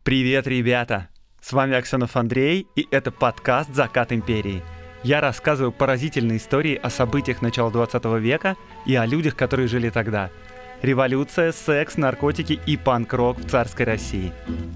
Привет, ребята! С вами Аксенов Андрей, и это подкаст «Закат империи». Я рассказываю поразительные истории о событиях начала 20 века и о людях, которые жили тогда. Революция, секс, наркотики и панк-рок в царской России.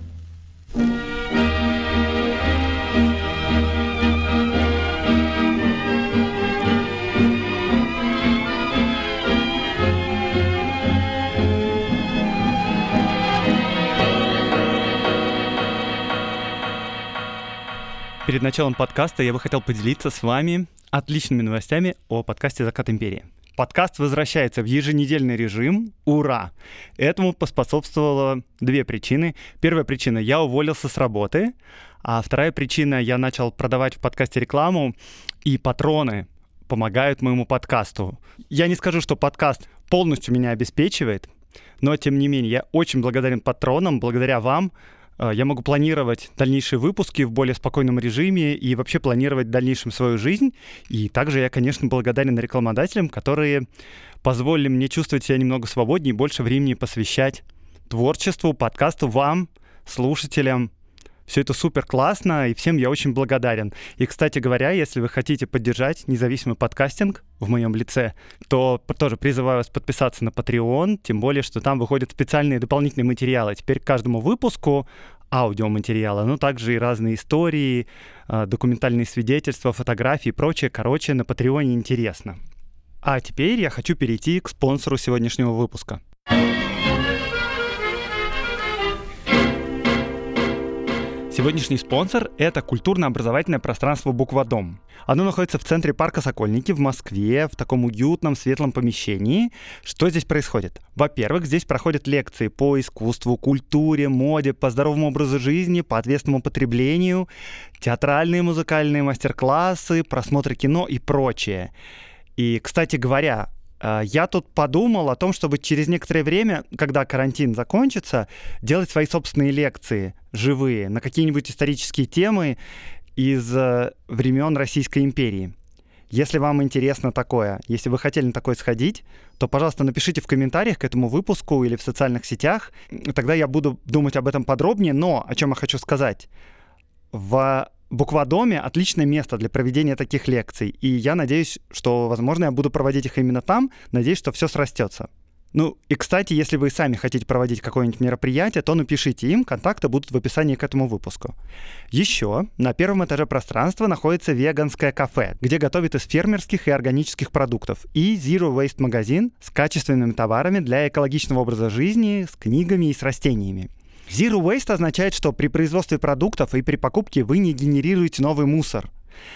Перед началом подкаста я бы хотел поделиться с вами отличными новостями о подкасте «Закат империи». Подкаст возвращается в еженедельный режим. Ура! Этому поспособствовало две причины. Первая причина — я уволился с работы, а вторая причина — я начал продавать в подкасте рекламу, и патроны помогают моему подкасту. Я не скажу, что подкаст полностью меня обеспечивает, но тем не менее я очень благодарен патронам. Благодаря вам я могу планировать дальнейшие выпуски в более спокойном режиме и вообще планировать в дальнейшем свою жизнь. И также я, конечно, благодарен рекламодателям, которые позволили мне чувствовать себя немного свободнее и больше времени посвящать творчеству, подкасту, вам, слушателям. Все это супер классно, и всем я очень благодарен. И, кстати говоря, если вы хотите поддержать независимый подкастинг в моем лице, то тоже призываю вас подписаться на Patreon, тем более, что там выходят специальные дополнительные материалы. Теперь к каждому выпуску аудиоматериалы, но также и разные истории, документальные свидетельства, фотографии и прочее. Короче, на Патреоне интересно. А теперь я хочу перейти к спонсору сегодняшнего выпуска. Сегодняшний спонсор — это культурно-образовательное пространство «Буквадом». Оно находится в центре парка Сокольники в Москве, в таком уютном, светлом помещении. Что здесь происходит? Во-первых, здесь проходят лекции по искусству, культуре, моде, по здоровому образу жизни, по ответственному потреблению, театральные, музыкальные мастер-классы, просмотры кино и прочее. И, кстати говоря, я тут подумал о том, чтобы через некоторое время, когда карантин закончится, делать свои собственные лекции живые на какие-нибудь исторические темы из времен Российской империи. Если вам интересно такое, если вы хотели на такое сходить, то, пожалуйста, напишите в комментариях к этому выпуску или в социальных сетях. Тогда я буду думать об этом подробнее. Но о чем я хочу сказать. В Буквадоме отличное место для проведения таких лекций, и я надеюсь, что, возможно, я буду проводить их именно там, надеюсь, что все срастется. Ну, и, кстати, если вы сами хотите проводить какое-нибудь мероприятие, то напишите им, контакты будут в описании к этому выпуску. Еще на первом этаже пространства находится веганское кафе, где готовят из фермерских и органических продуктов, и Zero Waste магазин с качественными товарами для экологичного образа жизни, с книгами и с растениями. Zero Waste означает, что при производстве продуктов и при покупке вы не генерируете новый мусор.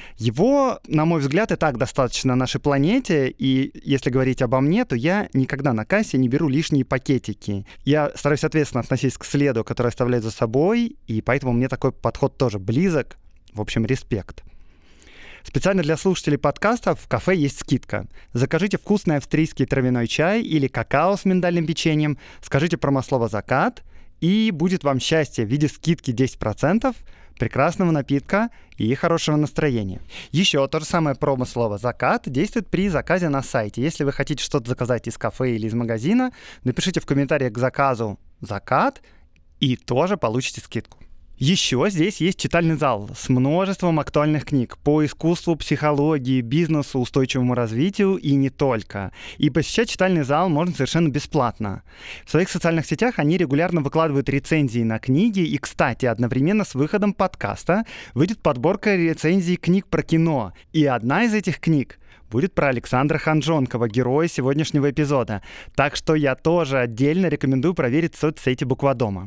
Его, на мой взгляд, и так достаточно нашей планете, и если говорить обо мне, то я никогда на кассе не беру лишние пакетики. Я стараюсь ответственно относиться к следу, который оставляю за собой, и поэтому мне такой подход тоже близок. В общем, респект. Специально для слушателей подкастов в кафе есть скидка. Закажите вкусный австрийский травяной чай или какао с миндальным печеньем, скажите промослово «закат», и будет вам счастье в виде скидки 10%, прекрасного напитка и хорошего настроения. Еще то же самое промослово «закат» действует при заказе на сайте. Если вы хотите что-то заказать из кафе или из магазина, напишите в комментариях к заказу «закат» и тоже получите скидку. Еще здесь есть читальный зал с множеством актуальных книг по искусству, психологии, бизнесу, устойчивому развитию и не только. И посещать читальный зал можно совершенно бесплатно. В своих социальных сетях они регулярно выкладывают рецензии на книги. И, кстати, одновременно с выходом подкаста выйдет подборка рецензий книг про кино. И одна из этих книг будет про Александра Ханжонкова, героя сегодняшнего эпизода. Так что я тоже отдельно рекомендую проверить соцсети Буквадома.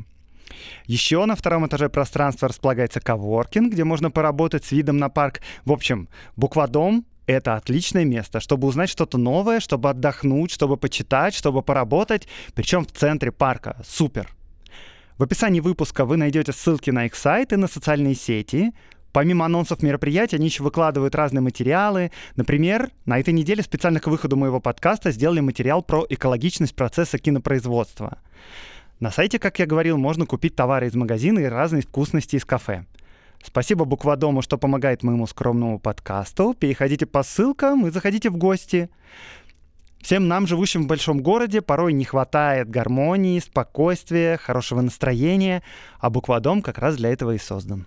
Еще на втором этаже пространства располагается коворкинг, где можно поработать с видом на парк. В общем, Буквадом — это отличное место, чтобы узнать что-то новое, чтобы отдохнуть, чтобы почитать, чтобы поработать, причем в центре парка. Супер! В описании выпуска вы найдете ссылки на их сайт и на социальные сети. Помимо анонсов мероприятий, они еще выкладывают разные материалы. Например, на этой неделе специально к выходу моего подкаста сделали материал про экологичность процесса кинопроизводства. На сайте, как я говорил, можно купить товары из магазина и разные вкусности из кафе. Спасибо Буквадому, что помогает моему скромному подкасту. Переходите по ссылкам и заходите в гости. Всем нам, живущим в большом городе, порой не хватает гармонии, спокойствия, хорошего настроения, а букводом как раз для этого и создан.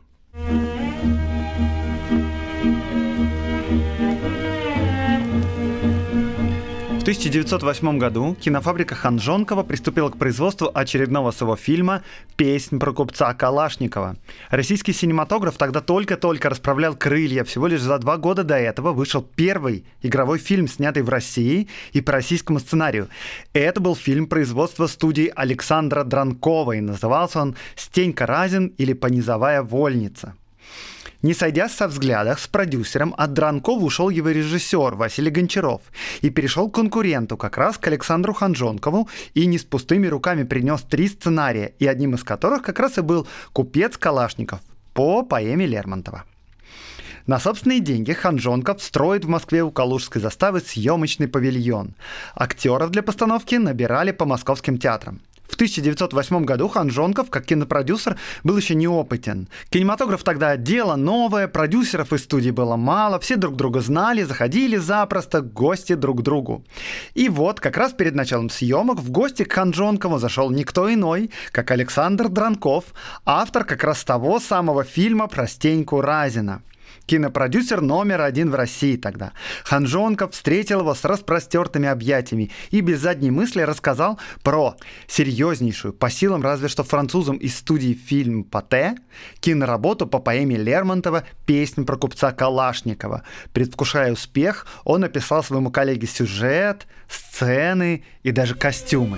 В 1908 году кинофабрика Ханжонкова приступила к производству очередного своего фильма «Песнь про купца Калашникова». Российский кинематограф тогда только-только расправлял крылья. Всего лишь за 2 года до этого вышел первый игровой фильм, снятый в России и по российскому сценарию. Это был фильм производства студии Александра Дранкова, и назывался он «Стенька Разин» или «Понизовая вольница». Не сойдясь со взглядах с продюсером, от Дранкова ушел его режиссер Василий Гончаров и перешел к конкуренту, как раз к Александру Ханжонкову, и не с пустыми руками принес 3 сценария, и одним из которых как раз и был «Купец Калашников» по поэме Лермонтова. На собственные деньги Ханжонков строит в Москве у Калужской заставы съемочный павильон. Актеров для постановки набирали по московским театрам. В 1908 году Ханжонков, как кинопродюсер, был еще неопытен. Кинематограф тогда дело новое, продюсеров из студии было мало, все друг друга знали, заходили запросто, гости друг к другу. И вот, как раз перед началом съемок в гости к Ханжонкову зашел никто иной, как Александр Дранков, автор как раз того самого фильма про Стеньку Разина. Кинопродюсер номер 1 в России тогда. Ханжонков встретил его с распростертыми объятиями и без задней мысли рассказал про серьезнейшую, по силам разве что французам из студии «Фильм Патэ», киноработу по поэме Лермонтова «Песнь про купца Калашникова». Предвкушая успех, он описал своему коллеге сюжет, сцены и даже костюмы.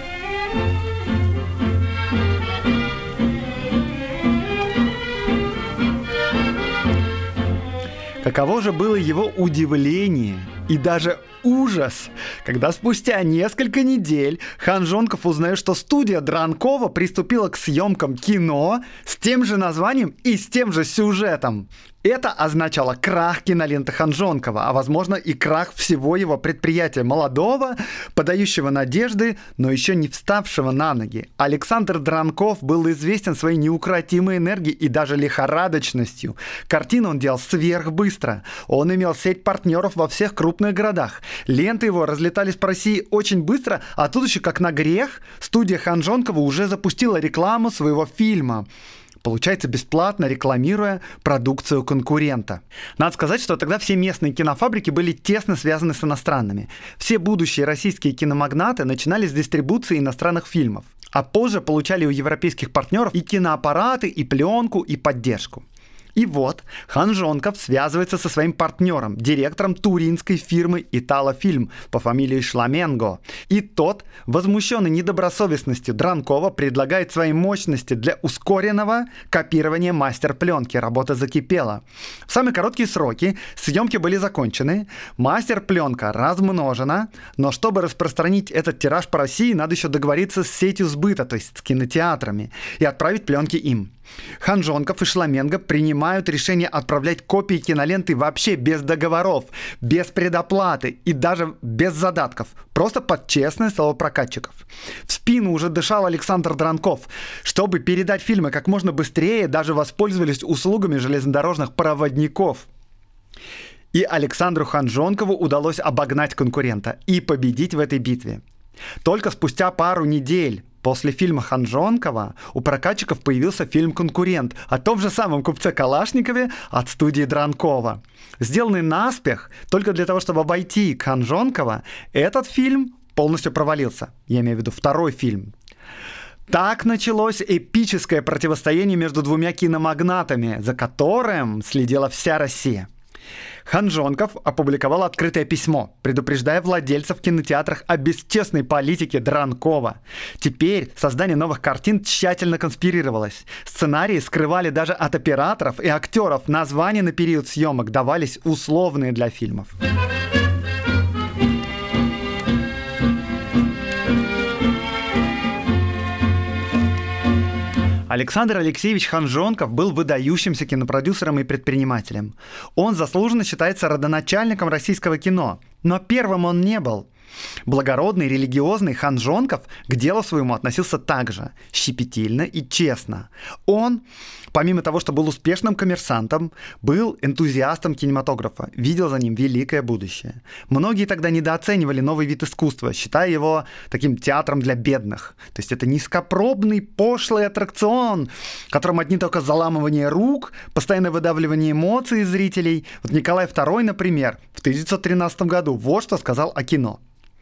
Каково же было его удивление и даже ужас, когда спустя несколько недель Ханжонков узнает, что студия Дранкова приступила к съемкам кино с тем же названием и с тем же сюжетом. Это означало крах киноленты Ханжонкова, а возможно и крах всего его предприятия, молодого, подающего надежды, но еще не вставшего на ноги. Александр Дранков был известен своей неукротимой энергией и даже лихорадочностью. Картину он делал сверхбыстро. Он имел сеть партнеров во всех крупных городах. Ленты его разлетались по России очень быстро, а тут еще как на грех студия Ханжонкова уже запустила рекламу своего фильма. Получается, бесплатно рекламируя продукцию конкурента. Надо сказать, что тогда все местные кинофабрики были тесно связаны с иностранными. Все будущие российские киномагнаты начинали с дистрибуции иностранных фильмов, а позже получали у европейских партнеров и киноаппараты, и пленку, и поддержку. И вот Ханжонков связывается со своим партнером, директором туринской фирмы «Италофильм» по фамилии Шламенго. И тот, возмущенный недобросовестностью Дранкова, предлагает свои мощности для ускоренного копирования мастер-пленки. Работа закипела. В самые короткие сроки съемки были закончены, мастер-пленка размножена, но чтобы распространить этот тираж по России, надо еще договориться с сетью сбыта, то есть с кинотеатрами, и отправить пленки им. Ханжонков и Шламенго принимают решение отправлять копии киноленты вообще без договоров, без предоплаты и даже без задатков, просто под честное слово прокатчиков. В спину уже дышал Александр Дранков. Чтобы передать фильмы как можно быстрее, даже воспользовались услугами железнодорожных проводников. И Александру Ханжонкову удалось обогнать конкурента и победить в этой битве. Только спустя пару недель после фильма Ханжонкова у прокатчиков появился фильм «Конкурент» о том же самом купце Калашникове от студии Дранкова. Сделанный наспех только для того, чтобы обойти Ханжонкова, этот фильм полностью провалился. Я имею в виду второй фильм. Так началось эпическое противостояние между двумя киномагнатами, за которым следила вся Россия. Ханжонков опубликовал открытое письмо, предупреждая владельцев кинотеатров о бесчестной политике Дранкова. Теперь создание новых картин тщательно конспирировалось. Сценарии скрывали даже от операторов и актеров. Названия на период съемок давались условные для фильмов. Александр Алексеевич Ханжонков был выдающимся кинопродюсером и предпринимателем. Он заслуженно считается родоначальником российского кино. Но первым он не был. Благородный, религиозный Ханжонков к делу своему относился также щепетильно и честно. Он, помимо того, что был успешным коммерсантом, был энтузиастом кинематографа, видел за ним великое будущее. Многие тогда недооценивали новый вид искусства, считая его таким театром для бедных. То есть это низкопробный, пошлый аттракцион, в котором одни только заламывание рук, постоянное выдавливание эмоций из зрителей. Вот Николай II, например, в 1913 году вот что сказал о кино.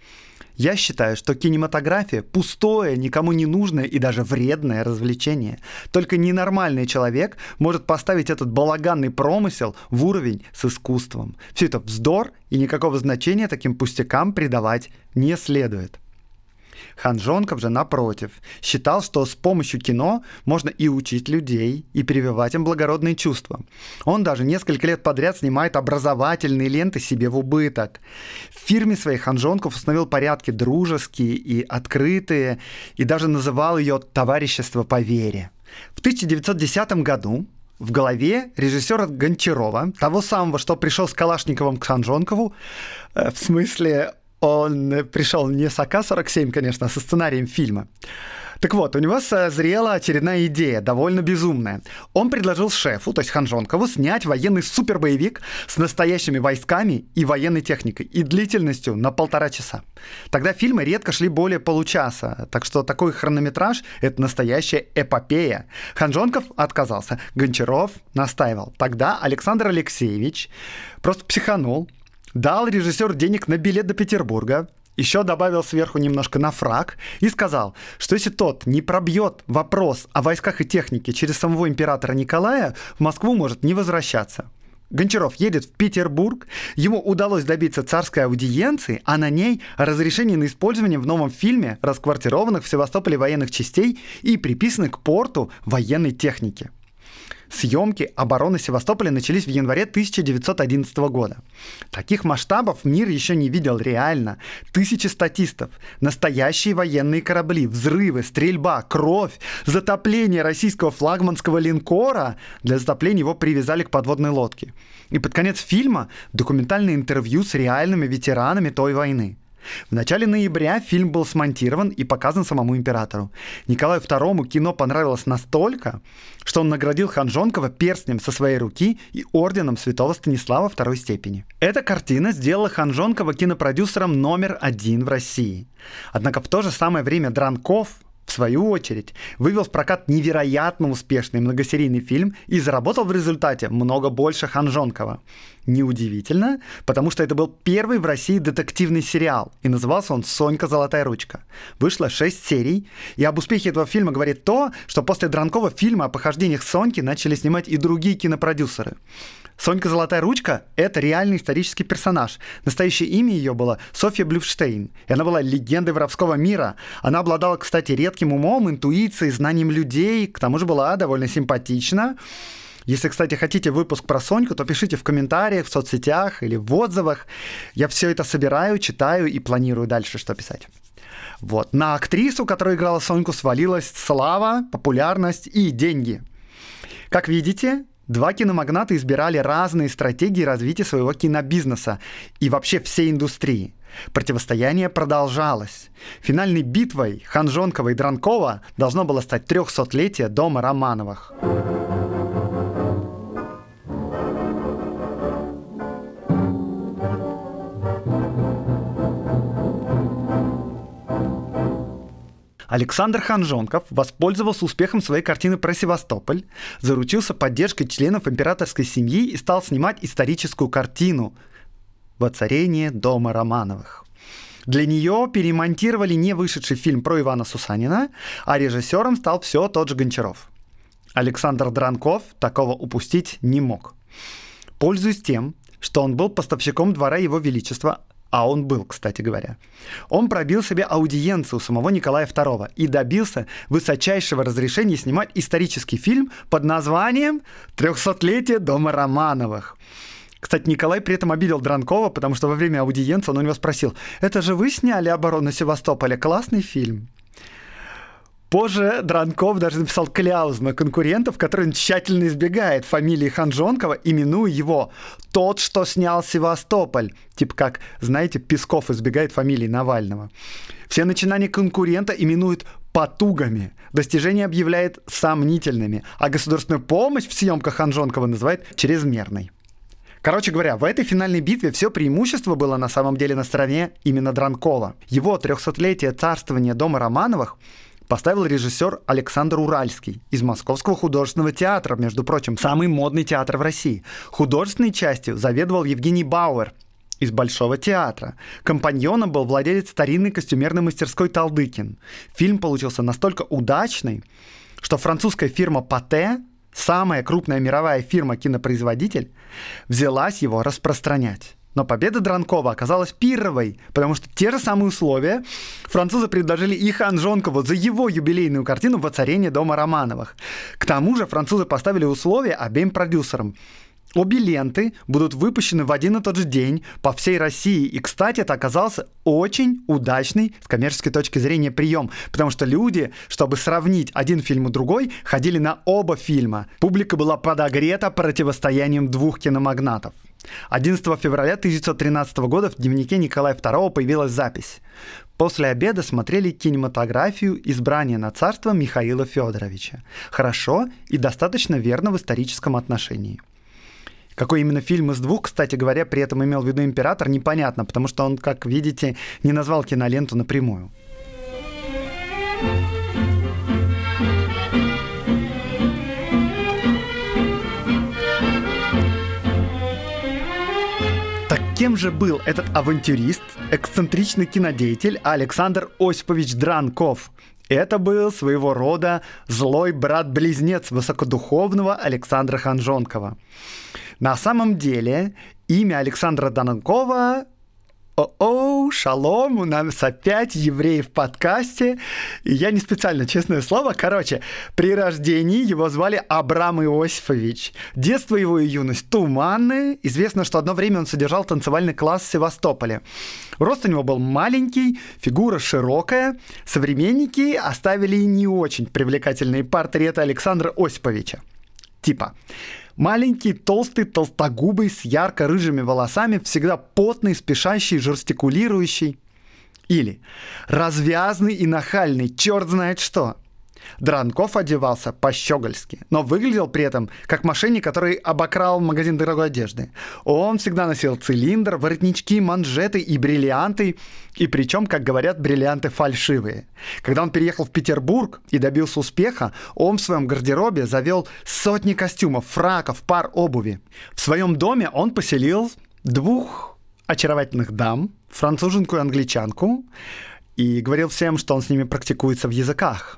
«Я считаю, что кинематография – пустое, никому не нужное и даже вредное развлечение. Только ненормальный человек может поставить этот балаганный промысел в уровень с искусством. Все это вздор, и никакого значения таким пустякам придавать не следует». Ханжонков же, напротив, считал, что с помощью кино можно и учить людей, и прививать им благородные чувства. Он даже несколько лет подряд снимает образовательные ленты себе в убыток. В фирме своей Ханжонков установил порядки дружеские и открытые, и даже называл ее «товарищество по вере». В 1910 году в голове режиссера Гончарова, того самого, что пришел с Калашниковым к Ханжонкову, в смысле... Он пришел не с АК-47, конечно, а со сценарием фильма. Так вот, у него созрела очередная идея, довольно безумная. Он предложил шефу, то есть Ханжонкову, снять военный супербоевик с настоящими войсками и военной техникой, и длительностью на 1,5 часа. Тогда фильмы редко шли более получаса, так что такой хронометраж – это настоящая эпопея. Ханжонков отказался, Гончаров настаивал. Тогда Александр Алексеевич просто психанул, дал режиссеру денег на билет до Петербурга, еще добавил сверху немножко на фрак и сказал, что если тот не пробьет вопрос о войсках и технике через самого императора Николая, в Москву может не возвращаться. Гончаров едет в Петербург, ему удалось добиться царской аудиенции, а на ней разрешение на использование в новом фильме расквартированных в Севастополе военных частей и приписанных к порту военной техники. Съемки обороны Севастополя начались в январе 1911 года. Таких масштабов мир еще не видел реально. Тысячи статистов, настоящие военные корабли, взрывы, стрельба, кровь, затопление российского флагманского линкора. Для затопления его привязали к подводной лодке. И под конец фильма документальное интервью с реальными ветеранами той войны. В начале ноября фильм был смонтирован и показан самому императору. Николаю II кино понравилось настолько, что он наградил Ханжонкова перстнем со своей руки и орденом святого Станислава II степени. Эта картина сделала Ханжонкова кинопродюсером номер 1 в России. Однако в то же самое время Дранков, в свою очередь, вывел в прокат невероятно успешный многосерийный фильм и заработал в результате много больше Ханжонкова. Неудивительно, потому что это был первый в России детективный сериал, и назывался он «Сонька. Золотая ручка». Вышло 6 серий, и об успехе этого фильма говорит то, что после Дранкова фильмы о похождениях Соньки начали снимать и другие кинопродюсеры. Сонька Золотая ручка – это реальный исторический персонаж. Настоящее имя ее было Софья Блюфштейн, и она была легендой воровского мира. Она обладала, кстати, редким умом, интуицией, знанием людей, к тому же была довольно симпатична. Если, кстати, хотите выпуск про Соньку, то пишите в комментариях, в соцсетях или в отзывах. Я все это собираю, читаю и планирую дальше, что писать. Вот. На актрису, которая играла Соньку, свалилась слава, популярность и деньги. Как видите, два киномагната избирали разные стратегии развития своего кинобизнеса и вообще всей индустрии. Противостояние продолжалось. Финальной битвой Ханжонкова и Дранкова должно было стать 300-летие дома Романовых. Александр Ханжонков воспользовался успехом своей картины про Севастополь, заручился поддержкой членов императорской семьи и стал снимать историческую картину «Воцарение дома Романовых». Для нее перемонтировали не вышедший фильм про Ивана Сусанина, а режиссером стал все тот же Гончаров. Александр Дранков такого упустить не мог. Пользуясь тем, что он был поставщиком двора Его Величества, а он был, кстати говоря, он пробил себе аудиенцию у самого Николая II и добился высочайшего разрешения снимать исторический фильм под названием «300-летие дома Романовых». Кстати, Николай при этом обидел Дранкова, потому что во время аудиенции он у него спросил: «Это же вы сняли оборону Севастополя? Классный фильм». Позже Дранков даже написал кляузу на конкурентов, который он тщательно избегает фамилии Ханжонкова, именуя его «тот, что снял Севастополь». Типа как, знаете, Песков избегает фамилии Навального. Все начинания конкурента именуют потугами, достижения объявляет сомнительными, а государственную помощь в съемках Ханжонкова называет чрезмерной. Короче говоря, в этой финальной битве все преимущество было на самом деле на стороне именно Дранкова. Его 300-летие царствования дома Романовых поставил режиссер Александр Уральский из Московского художественного театра, между прочим, самый модный театр в России. Художественной частью заведовал Евгений Бауэр из Большого театра. Компаньоном был владелец старинной костюмерной мастерской Талдыкин. Фильм получился настолько удачный, что французская фирма Патэ, самая крупная мировая фирма-кинопроизводитель, взялась его распространять. Но победа Дранкова оказалась пирровой, потому что те же самые условия французы предложили и Ханжонкову за его юбилейную картину «Воцарение дома Романовых». К тому же французы поставили условия обеим продюсерам. Обе ленты будут выпущены в один и тот же день по всей России. И, кстати, это оказался очень удачный с коммерческой точки зрения прием, потому что люди, чтобы сравнить один фильм и другой, ходили на оба фильма. Публика была подогрета противостоянием двух киномагнатов. 11 февраля 1913 года в дневнике Николая II появилась запись. После обеда смотрели кинематографию «Избрание на царство» Михаила Федоровича. Хорошо и достаточно верно в историческом отношении. Какой именно фильм из двух, кстати говоря, при этом имел в виду император, непонятно, потому что он, как видите, не назвал киноленту напрямую. Так кем же был этот авантюрист, эксцентричный кинодеятель Александр Осипович Дранков? Это был своего рода злой брат-близнец высокодуховного Александра Ханжонкова. На самом деле имя Александра Дранкова... шалом, у нас опять евреи в подкасте. И я не специально, честное слово. Короче, при рождении его звали Абрам Иосифович. Детство его и юность туманные. Известно, что одно время он содержал танцевальный класс в Севастополе. Рост у него был маленький, фигура широкая. Современники оставили не очень привлекательные портреты Александра Осиповича. Типа... маленький, толстый, толстогубый, с ярко-рыжими волосами, всегда потный, спешащий, жестикулирующий. Или развязный и нахальный, черт знает что. Дранков одевался по-щегольски, но выглядел при этом как мошенник, который обокрал магазин дорогой одежды. Он всегда носил цилиндр, воротнички, манжеты и бриллианты, и причем, как говорят, бриллианты фальшивые. Когда он переехал в Петербург и добился успеха, он в своем гардеробе завел сотни костюмов, фраков, пар обуви. В своем доме он поселил двух очаровательных дам, француженку и англичанку, и говорил всем, что он с ними практикуется в языках.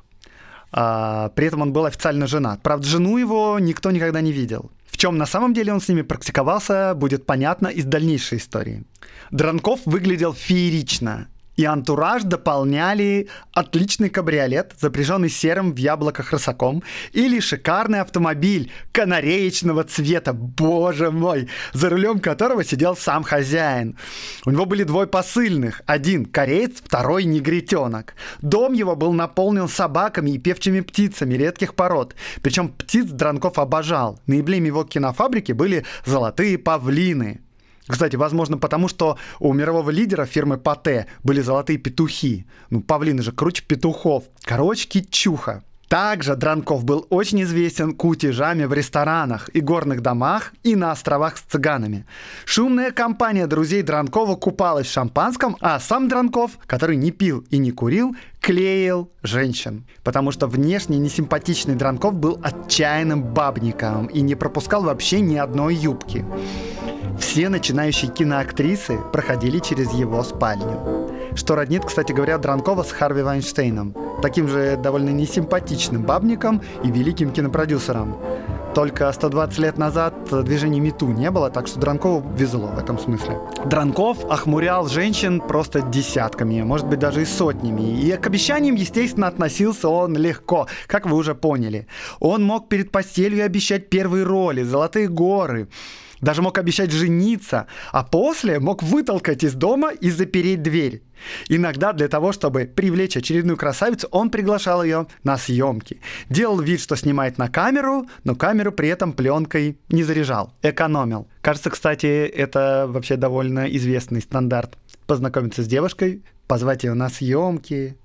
При этом он был официально женат. Правда, жену его никто никогда не видел. В чем на самом деле он с ними практиковался, будет понятно из дальнейшей истории. Дранков выглядел феерично. И антураж дополняли отличный кабриолет, запряженный серым в яблоках рысаком, или шикарный автомобиль канареечного цвета, боже мой, за рулем которого сидел сам хозяин. У него были двое посыльных, один кореец, второй негритенок. Дом его был наполнен собаками и певчими птицами редких пород, причем птиц Дранков обожал. На эмблеме его кинофабрики были золотые павлины. Кстати, возможно, потому что у мирового лидера фирмы Патэ были золотые петухи. Павлины же круче петухов. Короче, кичуха. Также Дранков был очень известен кутежами в ресторанах и горных домах, и на островах с цыганами. Шумная компания друзей Дранкова купалась в шампанском, а сам Дранков, который не пил и не курил, клеил женщин. Потому что внешне несимпатичный Дранков был отчаянным бабником и не пропускал вообще ни одной юбки. Все начинающие киноактрисы проходили через его спальню. Что роднит, кстати говоря, Дранкова с Харви Вайнштейном, таким же довольно несимпатичным бабником и великим кинопродюсером. Только 120 лет назад движения МИТУ не было, так что Дранкову везло в этом смысле. Дранков охмурял женщин просто десятками, может быть, даже и сотнями. И к обещаниям, естественно, относился он легко, как вы уже поняли. Он мог перед постелью обещать первые роли, золотые горы. даже мог обещать жениться, а после мог вытолкать из дома и запереть дверь. Иногда для того, чтобы привлечь очередную красавицу, он приглашал ее на съемки. Делал вид, что снимает на камеру, но камеру при этом пленкой не заряжал, экономил. Кажется, кстати, это вообще довольно известный стандарт. Познакомиться с девушкой, позвать ее на съемки.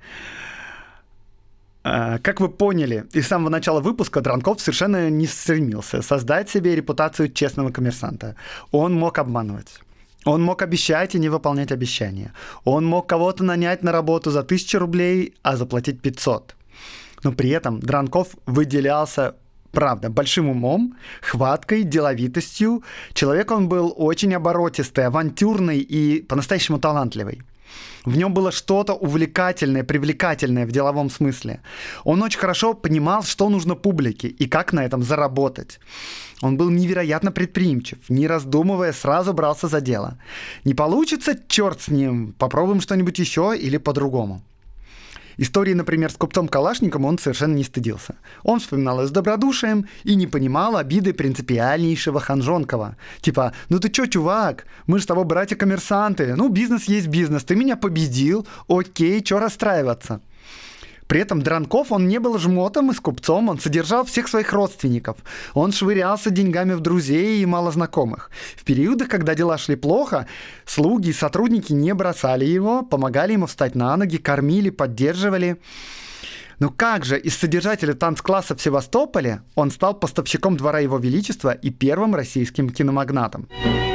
Как вы поняли, из самого начала выпуска Дранков совершенно не стремился создать себе репутацию честного коммерсанта. Он мог обманывать. Он мог обещать и не выполнять обещания. Он мог кого-то нанять на работу за 1000 рублей, а заплатить 500. Но при этом Дранков выделялся, правда, большим умом, хваткой, деловитостью. Человек он был очень оборотистый, авантюрный и по-настоящему талантливый. В нем было что-то увлекательное, привлекательное в деловом смысле. Он очень хорошо понимал, что нужно публике и как на этом заработать. Он был невероятно предприимчив, не раздумывая, сразу брался за дело. Не получится, черт с ним, попробуем что-нибудь еще или по-другому. Истории, например, с купцом Калашником он совершенно не стыдился. Он вспоминал ее с добродушием и не понимал обиды принципиальнейшего Ханжонкова. Типа, ну ты чё, чувак, мы же с тобой братья-коммерсанты, ну бизнес есть бизнес, ты меня победил, окей, чё расстраиваться? При этом Дранков, он не был жмотом и с купцом, он содержал всех своих родственников. Он швырялся деньгами в друзей и малознакомых. В периоды, когда дела шли плохо, слуги и сотрудники не бросали его, помогали ему встать на ноги, кормили, поддерживали. Но как же из содержателя танцкласса в Севастополе он стал поставщиком двора Его Величества и первым российским киномагнатом?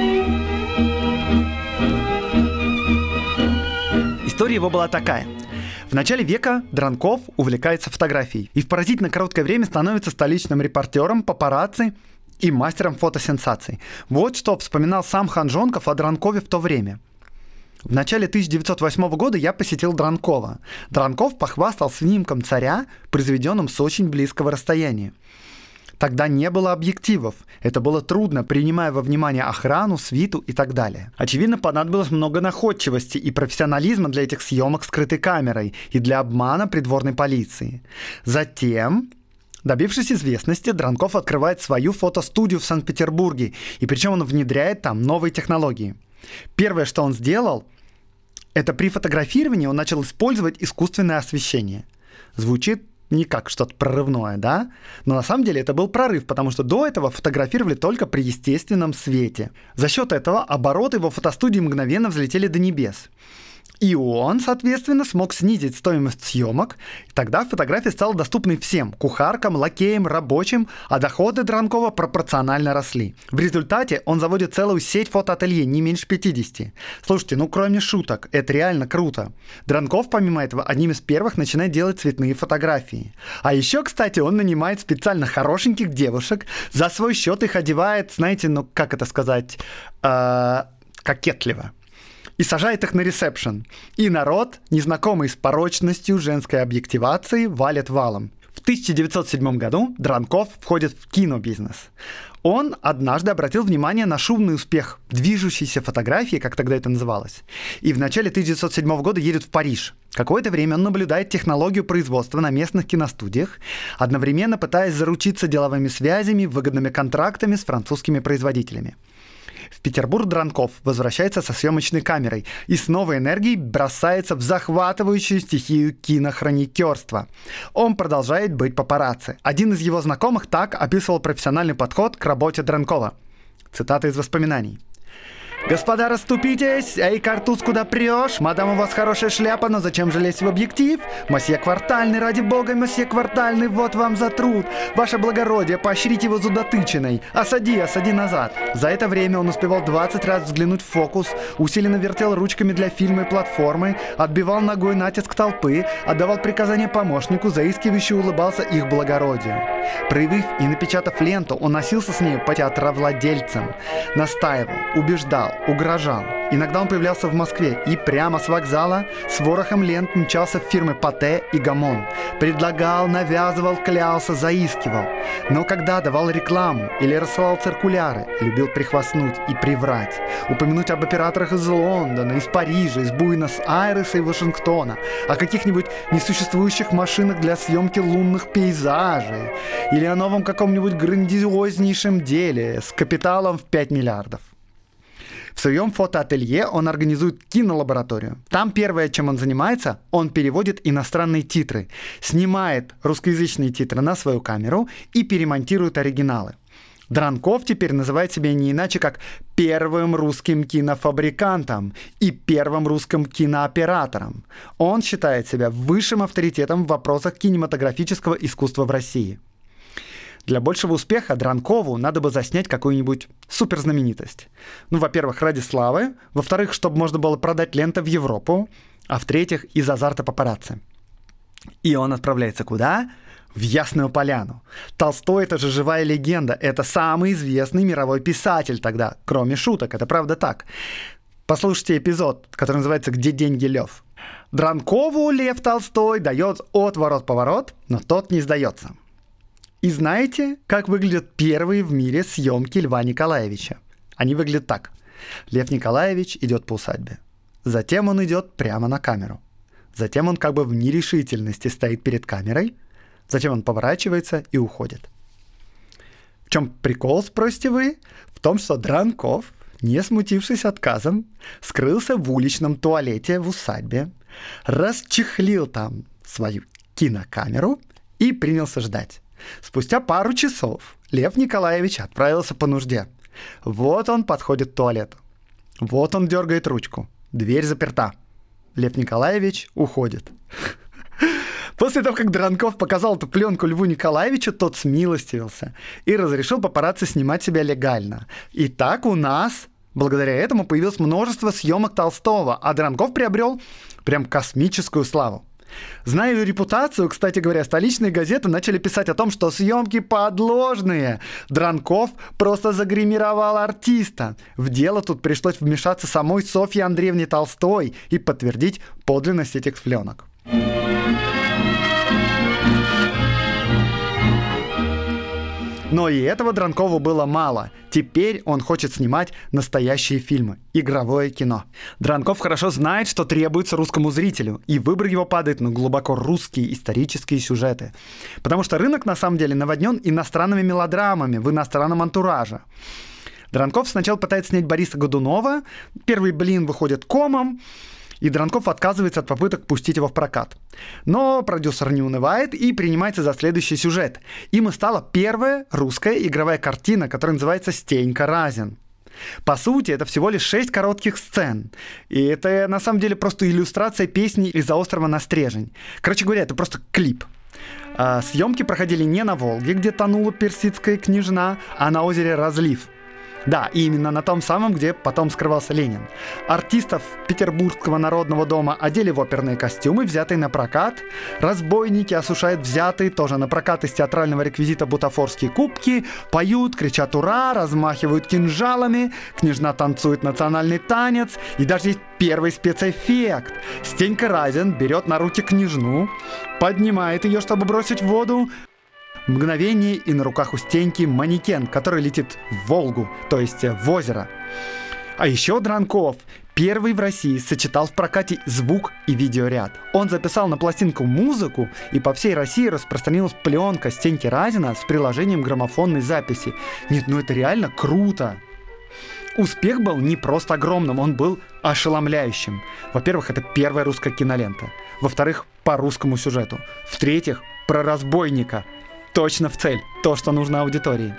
История его была такая. В начале века Дранков увлекается фотографией и в поразительно короткое время становится столичным репортером, папарацци и мастером фотосенсаций. Вот что вспоминал сам Ханжонков о Дранкове в то время. В начале 1908 года я посетил Дранкова. Дранков похвастал снимком царя, произведенным с очень близкого расстояния. Тогда не было объективов. Это было трудно, принимая во внимание охрану, свиту и так далее. Очевидно, понадобилось много находчивости и профессионализма для этих съемок скрытой камерой и для обмана придворной полиции. Затем, добившись известности, Дранков открывает свою фотостудию в Санкт-Петербурге, и причем он внедряет там новые технологии. Первое, что он сделал, это при фотографировании он начал использовать искусственное освещение. Звучит не как что-то прорывное, да? Но на самом деле это был прорыв, потому что до этого фотографировали только при естественном свете. За счет этого обороты его фотостудии мгновенно взлетели до небес. И он, соответственно, смог снизить стоимость съемок. Тогда фотография стала доступной всем – кухаркам, лакеям, рабочим, а доходы Дранкова пропорционально росли. В результате он заводит целую сеть фотоателье, не меньше 50. Слушайте, ну кроме шуток, это реально круто. Дранков, помимо этого, одним из первых начинает делать цветные фотографии. А еще, кстати, он нанимает специально хорошеньких девушек, за свой счет их одевает, знаете, ну как это сказать, кокетливо. И сажает их на ресепшн. И народ, незнакомый с порочностью женской объективации, валит валом. В 1907 году Дранков входит в кинобизнес. Он однажды обратил внимание на шумный успех движущейся фотографии, как тогда это называлось, и в начале 1907 года едет в Париж. Какое-то время он наблюдает технологию производства на местных киностудиях, одновременно пытаясь заручиться деловыми связями, выгодными контрактами с французскими производителями. В Петербург Дранков возвращается со съемочной камерой и с новой энергией бросается в захватывающую стихию кинохроникерства. Он продолжает быть папарацци. Один из его знакомых так описывал профессиональный подход к работе Дранкова. Цитата из воспоминаний. «Господа, расступитесь! Эй, картуз, куда прешь? Мадам, у вас хорошая шляпа, но зачем же лезть в объектив? Мосье Квартальный, ради бога, мосье Квартальный, вот вам за труд! Ваше благородие, поощрите его зудотычиной! Осади назад!» За это время он успевал 20 раз взглянуть в фокус, усиленно вертел ручками для фильма и платформы, отбивал ногой натиск толпы, отдавал приказания помощнику, заискивающе улыбался их благородию. Проявив и напечатав ленту, он носился с ней по театровладельцам, настаивал, убеждал, угрожал. Иногда он появлялся в Москве и прямо с вокзала с ворохом лент мчался в фирмы Патэ и Гамон. Предлагал, навязывал, клялся, заискивал. Но когда давал рекламу или рассылал циркуляры, любил прихвастнуть и приврать. Упомянуть об операторах из Лондона, из Парижа, из Буэнос-Айреса и Вашингтона, о каких-нибудь несуществующих машинах для съемки лунных пейзажей или о новом каком-нибудь грандиознейшем деле с капиталом в 5 миллиардов. В своем фотоателье он организует кинолабораторию. Там первое, чем он занимается, он переводит иностранные титры, снимает русскоязычные титры на свою камеру и перемонтирует оригиналы. Дранков теперь называет себя не иначе, как первым русским кинофабрикантом и первым русским кинооператором. Он считает себя высшим авторитетом в вопросах кинематографического искусства в России. Для большего успеха Дранкову надо бы заснять какую-нибудь суперзнаменитость. Во-первых, ради славы, во-вторых, чтобы можно было продать ленты в Европу, а в-третьих, из азарта папарацци. И он отправляется куда? В Ясную Поляну. Толстой — это же живая легенда, это самый известный мировой писатель тогда, кроме шуток, это правда так. Послушайте эпизод, который называется «Где деньги, Лев?». Дранкову Лев Толстой дает отворот-поворот, но тот не сдается. И знаете, как выглядят первые в мире съемки Льва Николаевича? Они выглядят так. Лев Николаевич идет по усадьбе. Затем он идет прямо на камеру. Затем он как бы в нерешительности стоит перед камерой. Затем он поворачивается и уходит. В чем прикол, спросите вы? В том, что Дранков, не смутившись отказом, скрылся в уличном туалете в усадьбе, расчехлил там свою кинокамеру и принялся ждать. Спустя пару часов Лев Николаевич отправился по нужде. Вот он подходит к туалету. Вот он дергает ручку. Дверь заперта. Лев Николаевич уходит. После того, как Дранков показал эту пленку Льву Николаевичу, тот смилостивился и разрешил папарацци снимать себя легально. И так у нас, благодаря этому, появилось множество съемок Толстого, а Дранков приобрел прям космическую славу. Зная ее репутацию, кстати говоря, столичные газеты начали писать о том, что съемки подложные. Дранков просто загримировал артиста. В дело тут пришлось вмешаться самой Софье Андреевне Толстой и подтвердить подлинность этих пленок. Но и этого Дранкову было мало. Теперь он хочет снимать настоящие фильмы, игровое кино. Дранков хорошо знает, что требуется русскому зрителю, и выбор его падает на глубоко русские исторические сюжеты. Потому что рынок на самом деле наводнен иностранными мелодрамами в иностранном антураже. Дранков сначала пытается снять Бориса Годунова, первый блин выходит комом, и Дранков отказывается от попыток пустить его в прокат. Но продюсер не унывает и принимается за следующий сюжет. Им и стала первая русская игровая картина, которая называется «Стенька Разин». По сути, это всего лишь 6 коротких сцен. И это на самом деле просто иллюстрация песни «Из-за острова на Стрежень». Короче говоря, это просто клип. Съемки проходили не на Волге, где тонула персидская княжна, а на озере Разлив. Да, и именно на том самом, где потом скрывался Ленин. Артистов Петербургского народного дома одели в оперные костюмы, взятые на прокат. Разбойники осушают взятые тоже на прокат из театрального реквизита бутафорские кубки, поют, кричат «Ура!», размахивают кинжалами, княжна танцует национальный танец, и даже есть первый спецэффект. Стенька Разин берет на руки княжну, поднимает ее, чтобы бросить в воду. Мгновение, и на руках у Стеньки манекен, который летит в Волгу, то есть в озеро. А еще Дранков первый в России сочетал в прокате звук и видеоряд. Он записал на пластинку музыку, и по всей России распространилась пленка Стеньки Разина с приложением граммофонной записи. Нет, ну это реально круто! Успех был не просто огромным, он был ошеломляющим. Во-первых, это первая русская кинолента. Во-вторых, по русскому сюжету. В-третьих, про разбойника. Точно в цель, то, что нужно аудитории.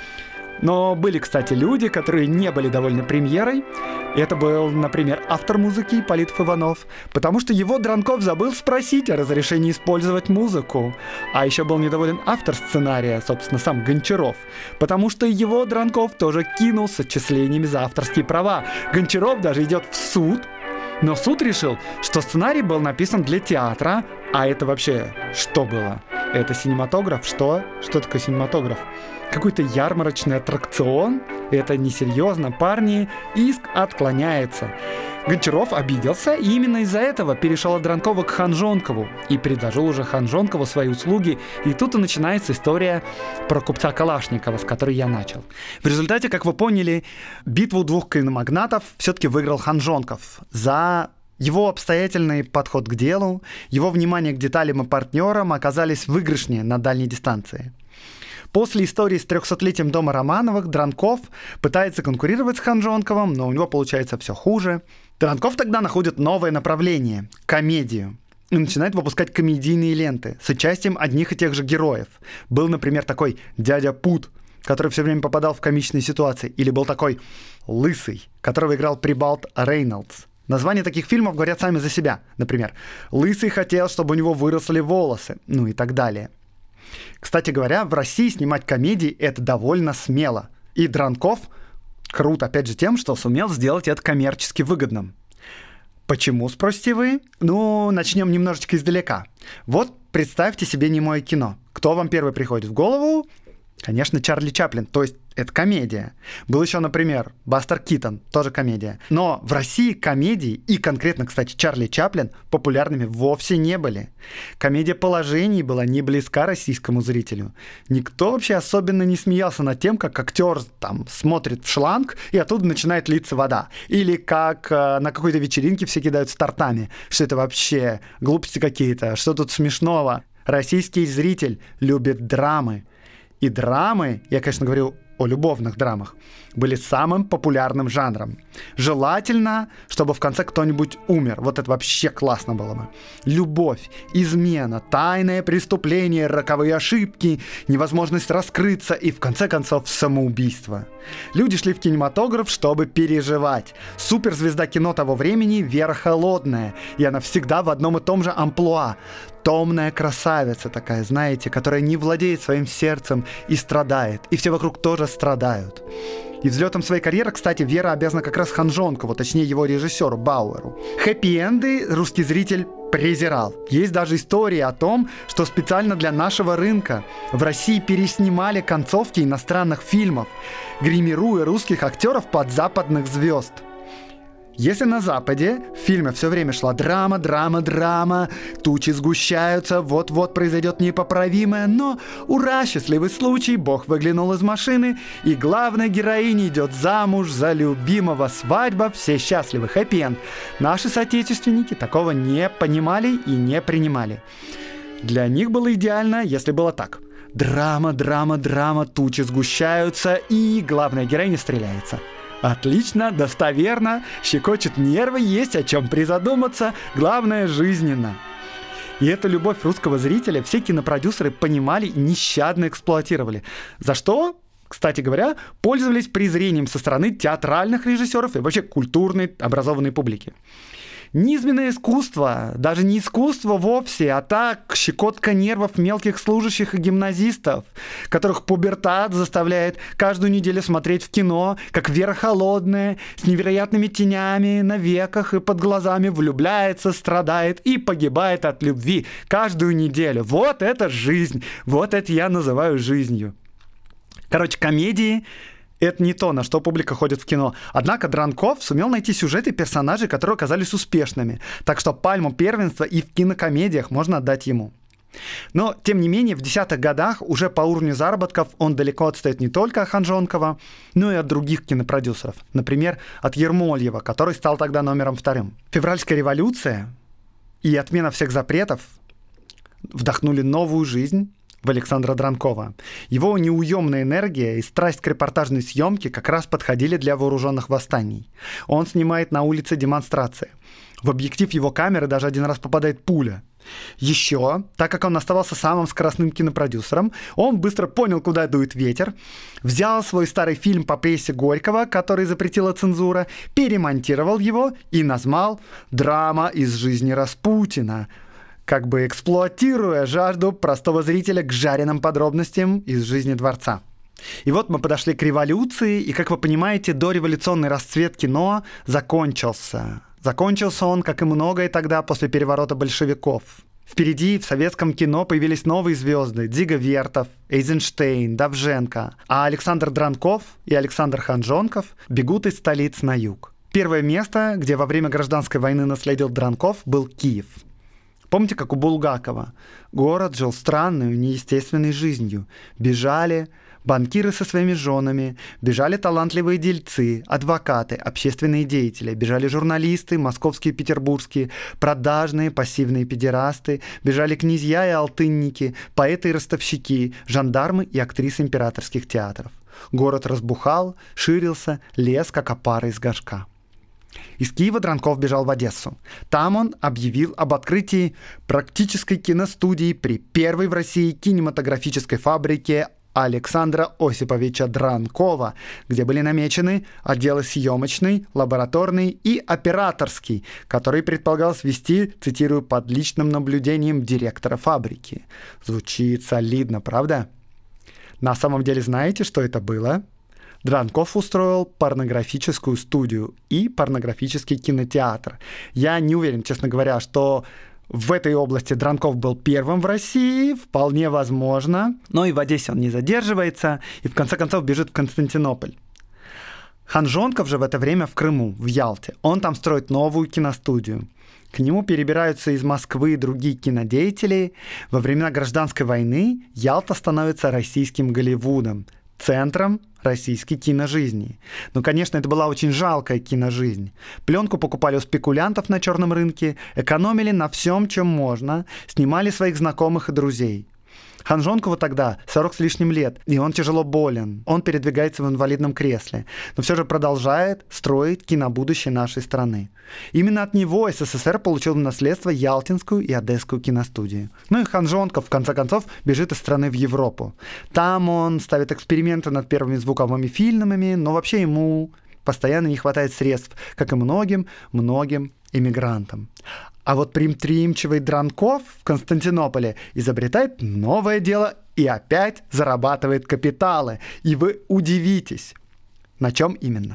Но были, кстати, люди, которые не были довольны премьерой. Это был, например, автор музыки Ипполит Иванов, потому что его Дранков забыл спросить о разрешении использовать музыку. А еще был недоволен автор сценария, собственно, сам Гончаров, потому что его Дранков тоже кинул с отчислениями за авторские права. Гончаров даже идет в суд, но суд решил, что сценарий был написан для театра, а это вообще что было? Это синематограф? Что? Что такое синематограф? Какой-то ярмарочный аттракцион? Это несерьезно, парни. Иск отклоняется. Гончаров обиделся и именно из-за этого перешел от Дранкова к Ханжонкову и предложил уже Ханжонкову свои услуги. И тут и начинается история про купца Калашникова, с которой я начал. В результате, как вы поняли, битву двух киномагнатов все-таки выиграл Ханжонков за его обстоятельный подход к делу, его внимание к деталям и партнерам оказались выигрышнее на дальней дистанции. После истории с 300-летием дома Романовых Дранков пытается конкурировать с Ханжонковым, но у него получается все хуже. Дранков тогда находит новое направление – комедию. И начинает выпускать комедийные ленты с участием одних и тех же героев. Был, например, такой дядя Пут, который все время попадал в комичные ситуации. Или был такой Лысый, которого играл Прибалт Рейнольдс. Названия таких фильмов говорят сами за себя. Например, «Лысый хотел, чтобы у него выросли волосы», ну и так далее. Кстати говоря, в России снимать комедии – это довольно смело. И Дранков крут, опять же, тем, что сумел сделать это коммерчески выгодным. Почему, спросите вы? Ну, начнем немножечко издалека. Вот представьте себе немое кино. Кто вам первый приходит в голову? Конечно, Чарли Чаплин, то есть это комедия. Был еще, например, Бастер Китон, тоже комедия. Но в России комедии, и конкретно, кстати, Чарли Чаплин, популярными вовсе не были. Комедия положений была не близка российскому зрителю. Никто вообще особенно не смеялся над тем, как актер там смотрит в шланг, и оттуда начинает литься вода. Или как на какой-то вечеринке все кидаются тортами. Что это вообще? Глупости какие-то. Что тут смешного? Российский зритель любит драмы. И драмы, я, конечно, говорю о любовных драмах, были самым популярным жанром. Желательно, чтобы в конце кто-нибудь умер. Вот это вообще классно было бы. Любовь, измена, тайное преступление, роковые ошибки, невозможность раскрыться и, в конце концов, самоубийство. Люди шли в кинематограф, чтобы переживать. Суперзвезда кино того времени Вера Холодная. И она всегда в одном и том же амплуа. Томная красавица такая, знаете, которая не владеет своим сердцем и страдает. И все вокруг тоже страдают. И взлетом своей карьеры, кстати, Вера обязана как раз Ханжонкову, точнее его режиссеру Бауэру. Хэппи-энды русский зритель презирал. Есть даже история о том, что специально для нашего рынка в России переснимали концовки иностранных фильмов, гримируя русских актеров под западных звезд. Если на Западе в фильме все время шла драма, тучи сгущаются, вот-вот произойдет непоправимое, но, ура, счастливый случай, Бог выглянул из машины, и главная героиня идет замуж за любимого, свадьба, все счастливы, хэппи-энд. Наши соотечественники такого не понимали и не принимали. Для них было идеально, если было так. Драма, тучи сгущаются, и главная героиня стреляется. Отлично, достоверно, щекочет нервы, есть о чем призадуматься, главное, жизненно. И эту любовь русского зрителя все кинопродюсеры понимали и нещадно эксплуатировали. За что, кстати говоря, пользовались презрением со стороны театральных режиссеров и вообще культурной, образованной публики. Низменное искусство, даже не искусство вовсе, а так щекотка нервов мелких служащих и гимназистов, которых пубертат заставляет каждую неделю смотреть в кино, как Вера Холодная, с невероятными тенями на веках и под глазами влюбляется, страдает и погибает от любви каждую неделю. Вот это жизнь, вот это я называю жизнью. Короче, комедии — это не то, на что публика ходит в кино. Однако Дранков сумел найти сюжеты и персонажей, которые оказались успешными. Так что пальму первенства и в кинокомедиях можно отдать ему. Но, тем не менее, в 10-х годах уже по уровню заработков он далеко отстает не только от Ханжонкова, но и от других кинопродюсеров. Например, от Ермольева, который стал тогда номером 2. Февральская революция и отмена всех запретов вдохнули новую жизнь в Александра Дранкова. Его неуемная энергия и страсть к репортажной съемке как раз подходили для вооруженных восстаний. Он снимает на улице демонстрации. В объектив его камеры даже один раз попадает пуля. Еще, так как он оставался самым скоростным кинопродюсером, он быстро понял, куда дует ветер, взял свой старый фильм по пьесе Горького, который запретила цензура, перемонтировал его и назвал «Драма из жизни Распутина», как бы эксплуатируя жажду простого зрителя к жареным подробностям из жизни дворца. И вот мы подошли к революции, и, как вы понимаете, дореволюционный расцвет кино закончился. Закончился он, как и многое тогда, после переворота большевиков. Впереди в советском кино появились новые звезды: Дзига Вертов, Эйзенштейн, Довженко. А Александр Дранков и Александр Ханжонков бегут из столиц на юг. Первое место, где во время гражданской войны наследил Дранков, был Киев. Помните, как у Булгакова? Город жил странной, неестественной жизнью. Бежали банкиры со своими женами, бежали талантливые дельцы, адвокаты, общественные деятели, бежали журналисты, московские и петербургские, продажные, пассивные педерасты, бежали князья и алтынники, поэты и ростовщики, жандармы и актрисы императорских театров. Город разбухал, ширился, лез, как опара из горшка. Из Киева Дранков бежал в Одессу. Там он объявил об открытии практической киностудии при первой в России кинематографической фабрике Александра Осиповича Дранкова, где были намечены отделы съемочный, лабораторный и операторский, который предполагалось вести, цитирую, под личным наблюдением директора фабрики. Звучит солидно, правда? На самом деле знаете, что это было? Дранков устроил порнографическую студию и порнографический кинотеатр. Я не уверен, честно говоря, что в этой области Дранков был первым в России, вполне возможно, но и в Одессе он не задерживается и в конце концов бежит в Константинополь. Ханжонков же в это время в Крыму, в Ялте. Он там строит новую киностудию. К нему перебираются из Москвы другие кинодеятели. Во времена гражданской войны Ялта становится российским Голливудом, центром российской киножизни. Но, конечно, это была очень жалкая киножизнь. Пленку покупали у спекулянтов на черном рынке, экономили на всем, чем можно, снимали своих знакомых и друзей. Ханжонкову тогда 40 с лишним лет, и он тяжело болен. Он передвигается в инвалидном кресле, но все же продолжает строить кинобудущее нашей страны. Именно от него СССР получил в наследство Ялтинскую и Одесскую киностудии. Ну и Ханжонков, в конце концов, бежит из страны в Европу. Там он ставит эксперименты над первыми звуковыми фильмами, но вообще ему постоянно не хватает средств, как и многим эмигрантам. А вот предприимчивый Дранков в Константинополе изобретает новое дело и опять зарабатывает капиталы. И вы удивитесь, на чем именно.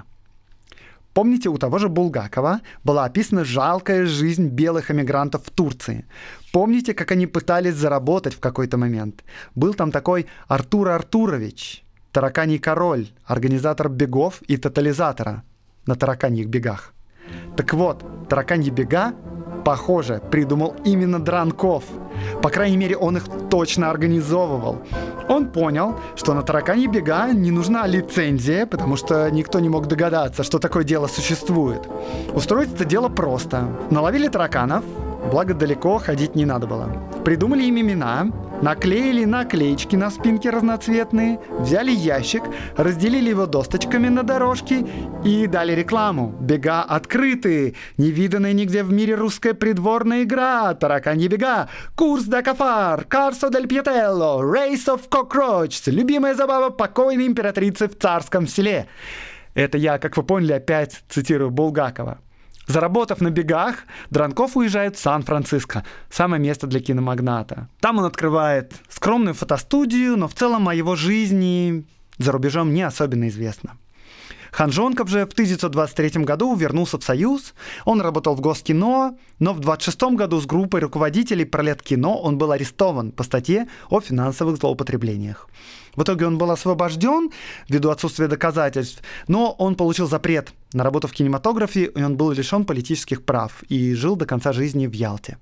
Помните, у того же Булгакова была описана жалкая жизнь белых эмигрантов в Турции. Помните, как они пытались заработать в какой-то момент? Был там такой Артур Артурович, тараканий король, организатор бегов и тотализатора на тараканьих бегах. Так вот, тараканьи бега, похоже, придумал именно Дранков. По крайней мере, он их точно организовывал. Он понял, что на тараканьи бега не нужна лицензия, потому что никто не мог догадаться, что такое дело существует. Устроить это дело просто. Наловили тараканов, благо далеко ходить не надо было. Придумали им имена, наклеили наклеечки на спинке разноцветные, взяли ящик, разделили его досточками на дорожке и дали рекламу. Бега открыты, невиданная нигде в мире русская придворная игра, тараканьи бега, курс де кафар, карсо дель пьетелло, рейс оф кокроч, любимая забава покойной императрицы в царском селе. Это я, как вы поняли, опять цитирую Булгакова. Заработав на бегах, Дранков уезжает в Сан-Франциско, самое место для киномагната. Там он открывает скромную фотостудию, но в целом о его жизни за рубежом не особенно известно. Ханжонков же в 1923 году вернулся в Союз, он работал в Госкино, но в 1926 году с группой руководителей Пролеткино он был арестован по статье о финансовых злоупотреблениях. В итоге он был освобожден ввиду отсутствия доказательств, но он получил запрет на работу в кинематографе, и он был лишен политических прав и жил до конца жизни в Ялте.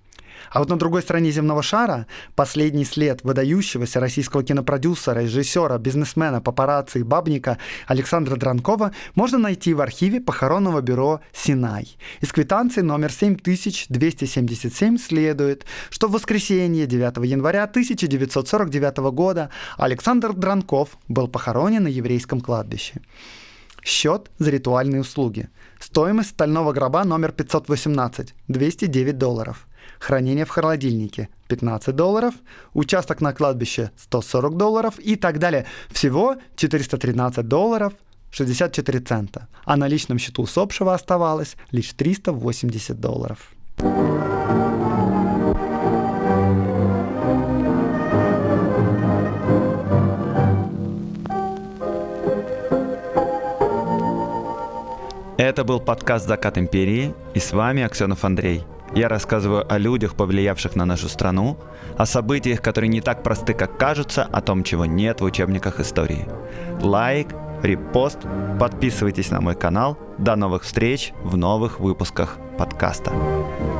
А вот на другой стороне земного шара последний след выдающегося российского кинопродюсера, режиссера, бизнесмена, папарацци и бабника Александра Дранкова можно найти в архиве похоронного бюро «Синай». Из квитанции номер 7277 следует, что в воскресенье 9 января 1949 года Александр Дранков был похоронен на еврейском кладбище. Счет за ритуальные услуги. Стоимость стального гроба номер 518 – $209. Хранение в холодильнике – $15, участок на кладбище – $140 и так далее. Всего $413 64 цента, а на личном счету усопшего оставалось лишь $380. Это был подкаст «Закат империи», и с вами Аксенов Андрей. Я рассказываю о людях, повлиявших на нашу страну, о событиях, которые не так просты, как кажутся, о том, чего нет в учебниках истории. Лайк, репост, подписывайтесь на мой канал. До новых встреч в новых выпусках подкаста.